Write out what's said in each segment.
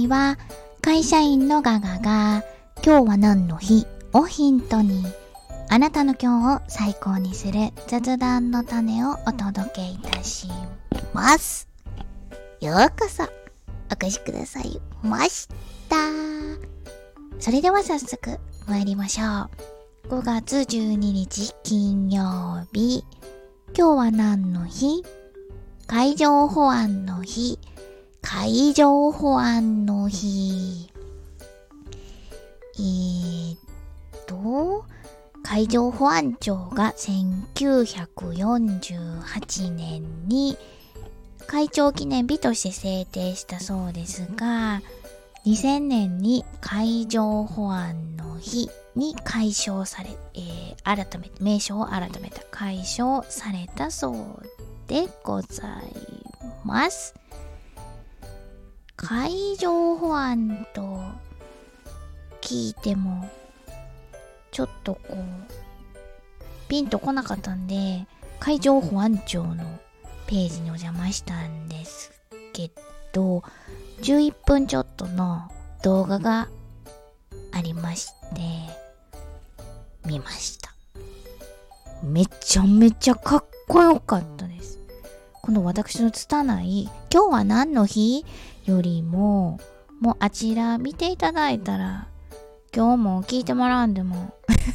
組は会社員のガガが今日は何の日をヒントにあなたの今日を最高にする雑談の種をお届けいたします。ようこそお越しくださいました。それでは早速参りましょう。5月12日金曜日。今日は何の日？海上保安の日。海上保安の日。海上保安庁が1948年に海潮記念日として制定したそうですが、2000年に海上保安の日に改称され、名称を改めた改称されたそうでございます。海上保安と聞いてもちょっとピンとこなかったんで、海上保安庁のページにお邪魔したんですけど、11分ちょっとの動画がありまして見ました。めちゃめちゃかっこよかったです。この私の拙い今日は何の日よりも、もうあちら見ていただいたら今日も聞いてもらうんでも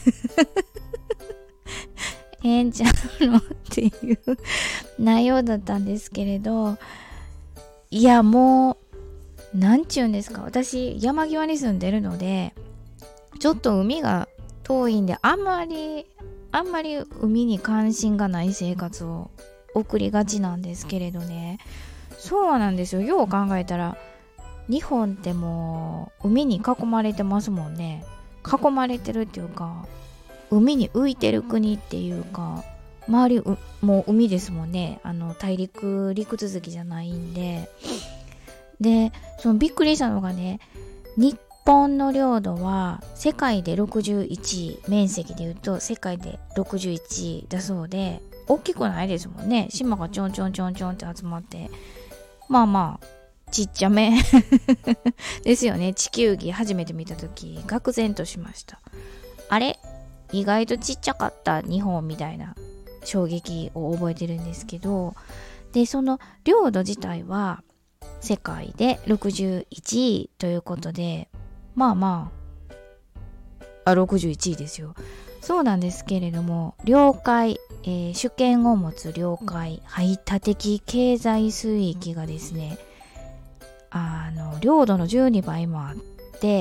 ちゃうのっていう内容だったんですけれど、いやもうなんちゅうんですか、私山際に住んでるのでちょっと海が遠いんであんまり海に関心がない生活を送りがちなんですけれどね。そうなんですよ。よう考えたら日本ってもう海に囲まれてますもんね。囲まれてるっていうか海に浮いてる国っていうか、周りもう海ですもんね。大陸陸続きじゃないんで。で、そのびっくりしたのがね、日本の領土は世界で61位、面積で言うと世界で61位だそうで、大きくないですもんね。島がちょんちょんちょんちょんって集まって、まあちっちゃめですよね。地球儀初めて見たとき愕然としました。あれ意外とちっちゃかった日本みたいな衝撃を覚えてるんですけど、でその領土自体は世界で61位ということで、61位ですよ。そうなんですけれども、領海、主権を持つ領海排他的経済水域がですね、領土の12倍もあって、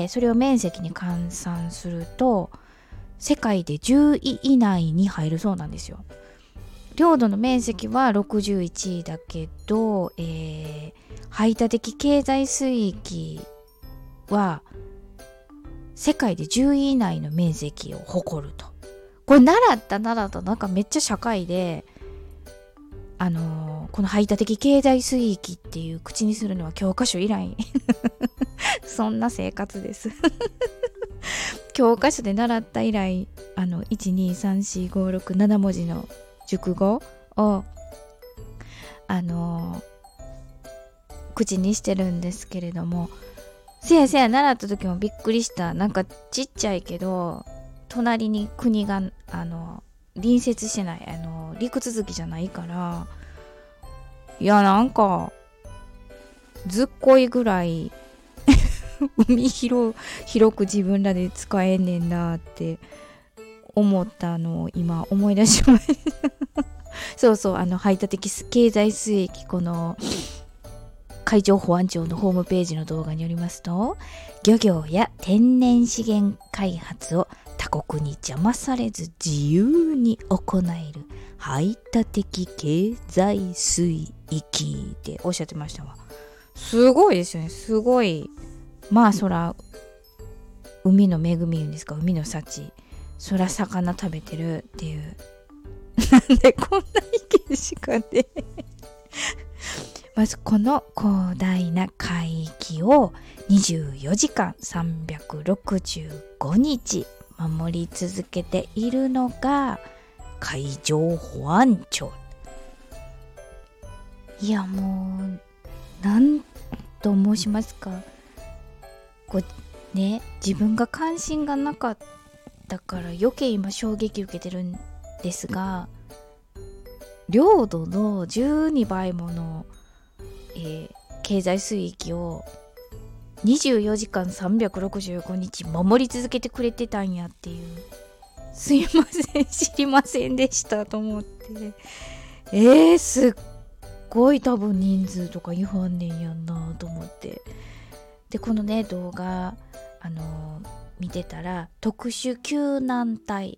それを面積に換算すると世界で10位以内に入るそうなんですよ。領土の面積は61位だけど、排他的経済水域は世界で10位以内の面積を誇ると。これ習ったなんかめっちゃ社会でこの排他的経済水域っていう口にするのは教科書以来そんな生活です教科書で習った以来1234567文字の熟語を口にしてるんですけれども、せや習った時もびっくりした。なんかちっちゃいけど隣に国が隣接してない陸続きじゃないから、いやなんかずっこいぐらい海広く自分らで使えんねんなって思ったのを今思い出しましたそう排他的経済水域、この海上保安庁のホームページの動画によりますと、漁業や天然資源開発を他国に邪魔されず自由に行える排他的経済水域っておっしゃってましたわ。すごいですよね。すごい。そら海の恵み言うんですか、海の幸、そら魚食べてるっていう。なんでこんな意見しかねまずこの広大な海域を24時間365日守り続けているのが海上保安庁。いやもうなんと申しますか、 こうね、自分が関心がなかったから余計今衝撃受けてるんですが、領土の12倍もの、経済水域を24時間365日守り続けてくれてたんやっていう、すいません知りませんでしたと思って、すっごい多分人数とか言わんねんやんなと思って、でこのね動画見てたら、特殊救難隊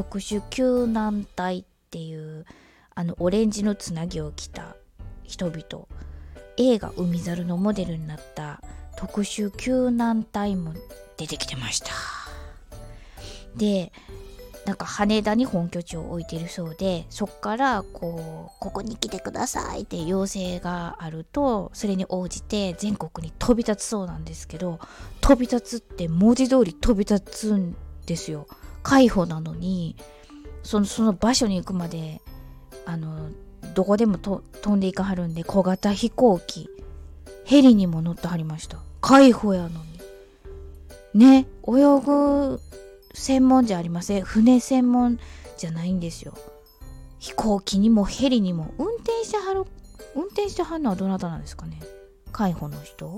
っていうオレンジのつなぎを着た人々、映画海猿のモデルになった特殊救難隊も出てきてました。でなんか羽田に本拠地を置いてるそうで、そっからここに来てくださいって要請があると、それに応じて全国に飛び立つそうなんですけど、飛び立つって文字通り飛び立つんですよ。海保なのにその場所に行くまでどこでも飛んでいかはるんで、小型飛行機ヘリにも乗ってはりました。海保やのにね、泳ぐ専門じゃありません。船専門じゃないんですよ。飛行機にもヘリにも運転してはるのはどなたなんですかね。海保の人、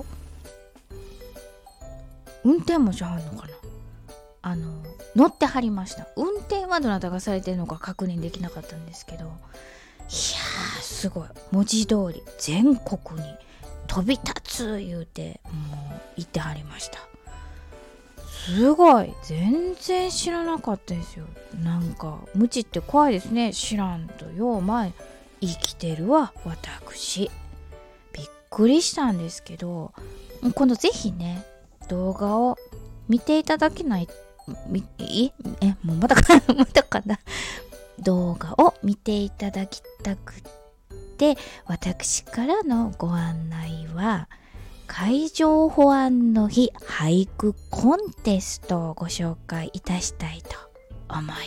運転もしはんのかな。乗ってはりました。運転はどなたがされてるのか確認できなかったんですけど、いやーすごい、文字通り全国に飛び立つ言うてもう言ってはりました。すごい、全然知らなかったですよ。なんか無知って怖いですね。知らんとよう前生きてるわ私。びっくりしたんですけど、今度ぜひね動画を見ていただけないもうまたかな動画を見ていただきたくて、私からのご案内は海上保安の日俳句コンテストをご紹介いたしたいと思います。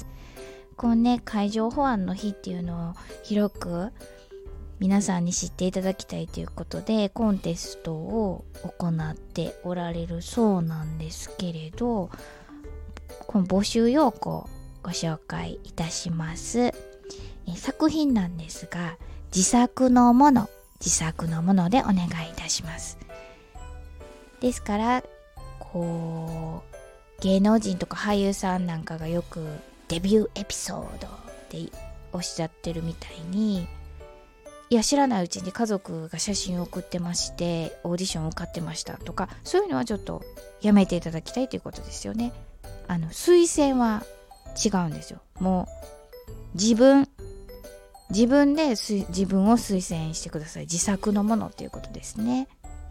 このね、海上保安の日っていうのを広く皆さんに知っていただきたいということでコンテストを行っておられるそうなんですけれど、この募集要項をご紹介いたします。作品なんですが、自作のものでお願いいたします。ですから芸能人とか俳優さんなんかがよくデビューエピソードっておっしゃってるみたいに、いや知らないうちに家族が写真を送ってましてオーディション受かってましたとか、そういうのはちょっとやめていただきたいということですよね。推薦は違うんですよ。もう自分で自分を推薦してください。自作のものっていうことですね。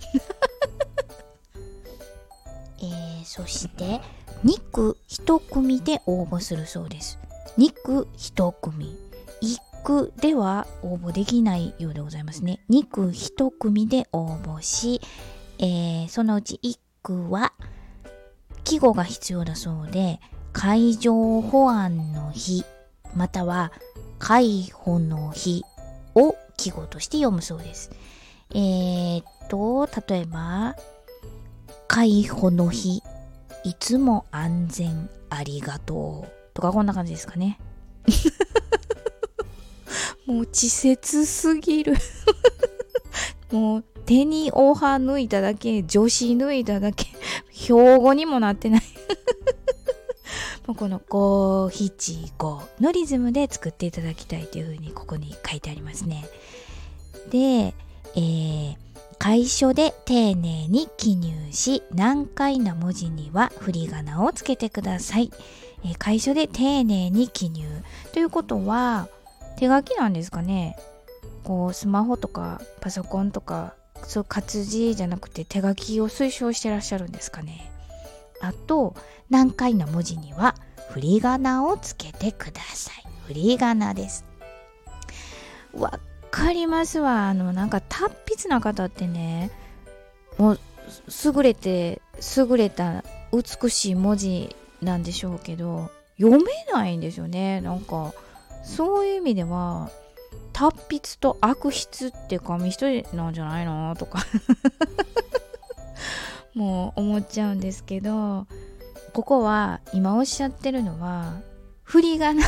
そして2句1組で応募するそうです。2句1組、1句では応募できないようでございますね。2句1組で応募し、そのうち1句は季語が必要だそうで、海上保安の日または海保の日を季語として読むそうです。例えば海保の日いつも安全ありがとうとか、こんな感じですかね。もう稚拙すぎる。もう手におは抜いただけ、女子抜いただけ、標語にもなってない。もうこの5、7、5のリズムで作っていただきたいというふうにここに書いてありますね。で、楷書で丁寧に記入し、難解な文字には振り仮名をつけてください。楷書で丁寧に記入ということは手書きなんですかね。スマホとかパソコンとかそう活字じゃなくて手書きを推奨してらっしゃるんですかね。あと難解な文字には振り仮名をつけてください。振り仮名です。わかりますわ。なんか達筆な方ってね、もう優れた美しい文字なんでしょうけど読めないんですよね。なんかそういう意味では達筆と悪筆って紙一重なんじゃないのとかもう思っちゃうんですけど、ここは今おっしゃってるのは振り仮名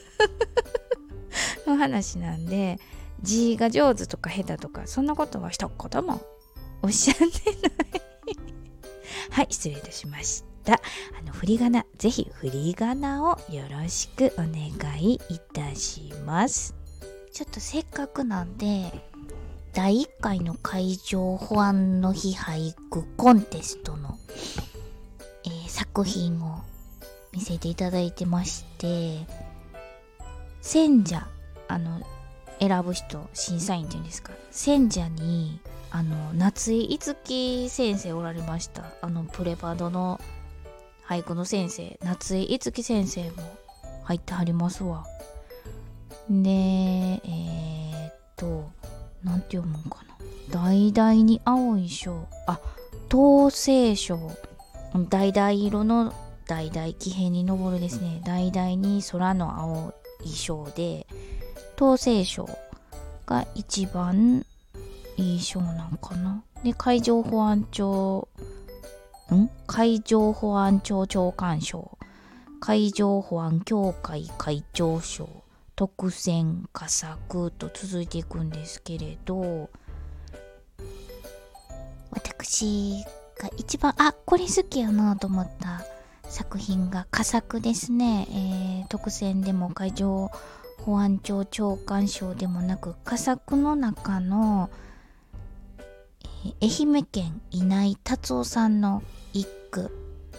の話なんで、字が上手とか下手とかそんなことは一言もおっしゃってないはい、失礼いたしました。振り仮名、ぜひ振り仮名をよろしくお願いいたします。ちょっとせっかくなんで第1回の海上保安の日俳句コンテストの、作品を見せていただいてまして、選者選ぶ人、審査員っていうんですか、選者に夏井いつき先生おられました。プレパドの俳句の先生、夏井いつき先生も入ってはりますわ。でなんて読むんかな、橙に青い章、東西章、橙色の橙、木偏に昇るですね、橙に空の青い章で、東西章が一番いい章なんかな。で、海上保安庁長官賞、海上保安協会会長賞、特選佳作と続いていくんですけれど、私が一番これ好きやなと思った作品が佳作ですね。特選でも海上保安庁長官賞でもなく、佳作の中の、愛媛県稲井達夫さんの一句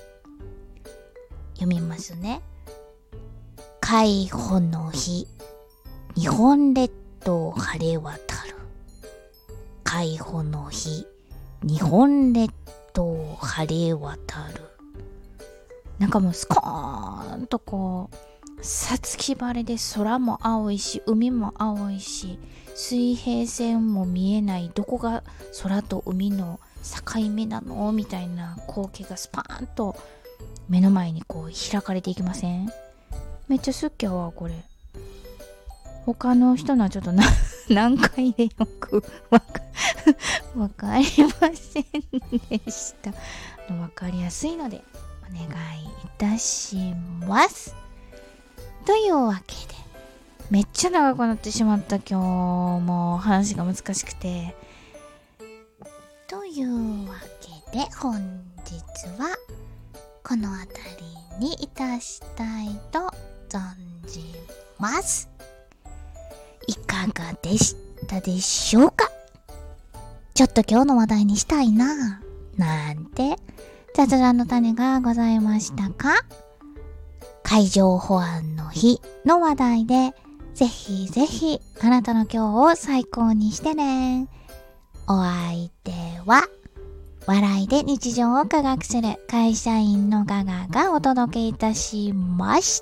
読みますね。海保の日、日本列島晴れ渡る。海保の日、日本列島晴れ渡る。なんかもうスコーンとこう五月晴れで、空も青いし海も青いし、水平線も見えない、どこが空と海の境目なのみたいな光景がスパーンと目の前にこう開かれていきません？めっちゃ好きやわこれ。他の人のはちょっと何回でよくわかりませんでした。わかりやすいのでお願いいたします。というわけで、めっちゃ長くなってしまった。今日も話が難しくて。というわけで本日はこの辺りにいたしたいと存じます。いかがでしたでしょうか？ちょっと今日の話題にしたいななんて雑談の種がございましたか？海上保安の日の話題で、ぜひぜひあなたの今日を最高にしてね。お相手は笑いで日常を科学する会社員のガガがお届けいたしました。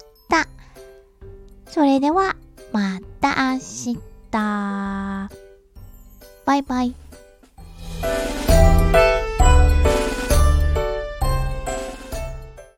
それではまた明日。バイバイ。